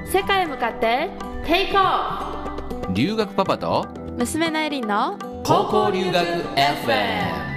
世界へ向かってテイクオフ。 留学パパと娘のエリンの高校留学 FM。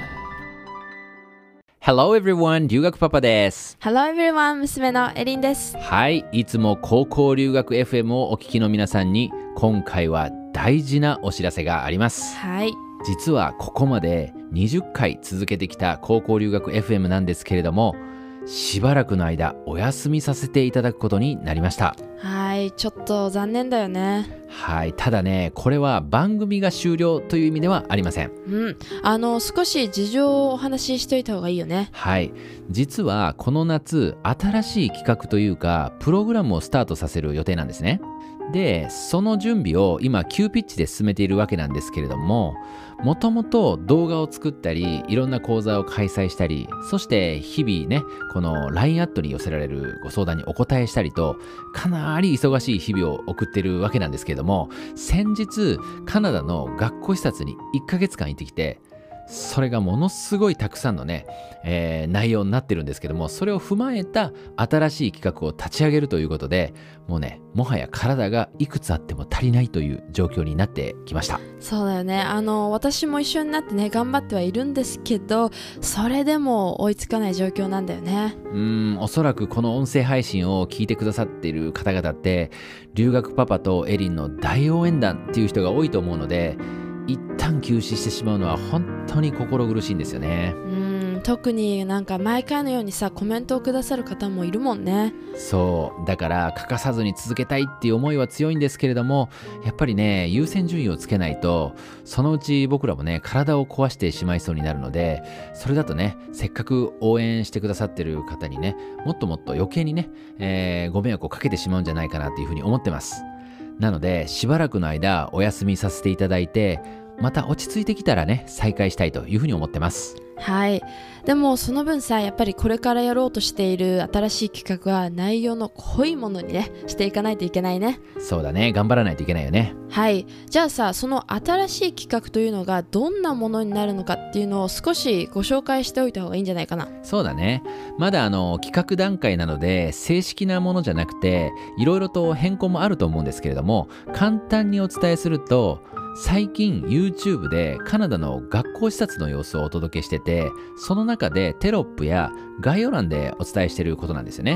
Hello everyone、 留学パパです。 Hello everyone、 娘のエリンです。 はい、いつも高校留学 FM をお聞きの皆さんに今回は大事なお知らせがあります。 はい、 実はここまで20回続けてきた高校留学 FM なんですけれども、しばらくの間お休みさせていただくことになりました。 はい、ちょっと残念だよね。 はい、ただね、これは番組が終了という意味ではありません。 少し事情をお話ししといた方がいいよね。 はい、実はこの夏新しい企画というかプログラムをスタートさせる予定なんですね。で、その準備を今急ピッチで進めているわけなんですけれども、もともと動画を作ったりいろんな講座を開催したり、そして日々ね、この LINE アットに寄せられるご相談にお答えしたりと、かなり忙しい日々を送ってるわけなんですけれども、先日カナダの学校視察に1ヶ月間行ってきて、それがものすごいたくさんのね、内容になってるんですけども、それを踏まえた新しい企画を立ち上げるということで、もうね、もはや体がいくつあっても足りないという状況になってきました。 そうだよね。私も一緒になってね、頑張ってはいるんですけど、それでも追いつかない状況なんだよね。 おそらくこの音声配信を聞いてくださっている方々って、留学パパとエリンの大応援団っていう人が多いと思うので、一旦休止してしまうのは本当に心苦しいんですよね。 特になんか毎回のようにさ、コメントをくださる方もいるもんね。 そうだから、欠かさずに続けたいっていう思いは強いんですけれども、やっぱりね、優先順位をつけないと、そのうち僕らもね、体を壊してしまいそうになるので、それだとね、せっかく応援してくださってる方にね、もっともっと余計にね、ご迷惑をかけてしまうんじゃないかなっていうふうに思ってます。なので、しばらくの間お休みさせていただいて、また落ち着いてきたらね、再開したいというふうに思ってます。 はい。でもその分さ、やっぱりこれからやろうとしている新しい企画は内容の濃いものにね、していかないといけないね。 そうだね、頑張らないといけないよね。 はい。じゃあさ、その新しい企画というのがどんなものになるのかっていうのを少しご紹介しておいた方がいいんじゃないかな。 そうだね。まだ企画段階なので正式なものじゃなくて、いろいろと変更もあると思うんですけれども、簡単にお伝えすると、最近 YouTube でカナダの学校視察の様子をお届けしてて、その中でテロップや概要欄でお伝えしていることなんですよね。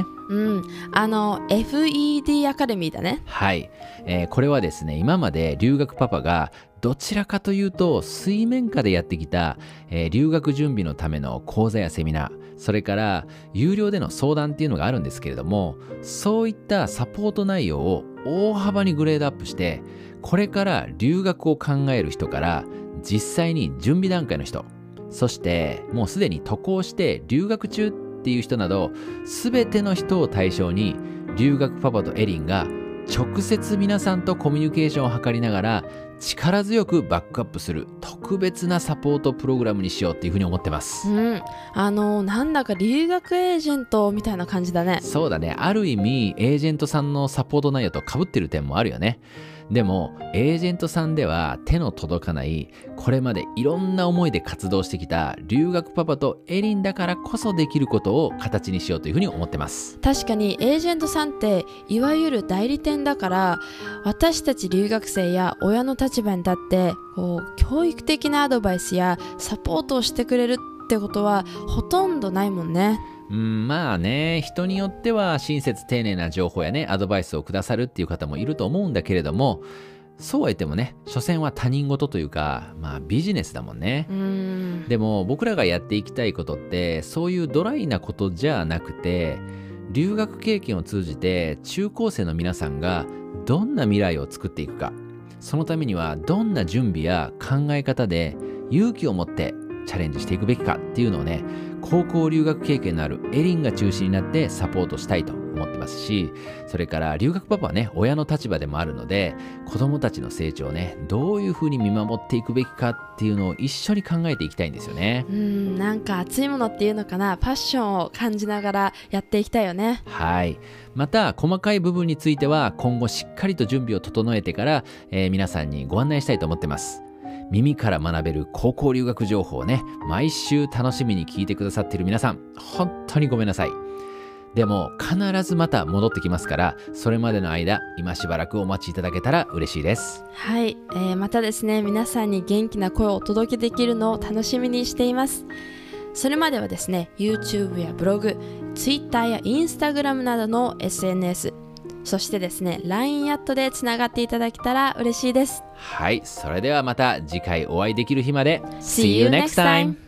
FED アカデミーだね。 はい、これはですね、今まで留学パパがどちらかというと水面下でやってきた、留学準備のための講座やセミナー、それから有料での相談っていうのがあるんですけれども、そういったサポート内容を大幅にグレードアップして、これから留学を考える人から実際に準備段階の人、そしてもうすでに渡航して留学中っていう人など、全ての人を対象に留学パパとエリンが直接皆さんとコミュニケーションを図りながら力強くバックアップする特別なサポートプログラムにしようっていうふうに思ってます。 なんだか留学エージェントみたいな感じだね。 そうだね、ある意味エージェントさんのサポート内容と被ってる点もあるよね。でもエージェントさんでは手の届かない、これまでいろんな思いで活動してきた留学パパとエリンだからこそできることを形にしようというふうに思ってます。 確かにエージェントさんっていわゆる代理店だから、私たち留学生や親の立場に立って教育的なアドバイスやサポートをしてくれるってことはほとんどないもんね。 まあね、人によっては親切丁寧な情報やね、アドバイスをくださるっていう方もいると思うんだけれども、そうは言ってもね、所詮は他人事というか、ビジネスだもんね。でも僕らがやっていきたいことってそういうドライなことじゃなくて、留学経験を通じて中高生の皆さんがどんな未来を作っていくか、そのためにはどんな準備や考え方で勇気を持ってチャレンジしていくべきかっていうのをね、高校留学経験のあるエリンが中心になってサポートしたいと思ってますし、それから留学パパはね、親の立場でもあるので、子供たちの成長をね、どういうふうに見守っていくべきかっていうのを一緒に考えていきたいんですよね。 なんか熱いものっていうのかな、パッションを感じながらやっていきたいよね。 はい。また細かい部分については今後しっかりと準備を整えてから、皆さんにご案内したいと思ってます。耳から学べる高校留学情報をね、毎週楽しみに聞いてくださっている皆さん、本当にごめんなさい。 でも必ずまた戻ってきますから、それまでの間今しばらくお待ちいただけたら嬉しいです。 はい、またですね、皆さんに元気な声をお届けできるのを楽しみにしています。それまではですね、 YouTube やブログ、Twitter や Instagram などの SNS、 そしてですね LINE アットでつながっていただけたら嬉しいです。 はい、それではまた次回お会いできる日まで。 See you next time!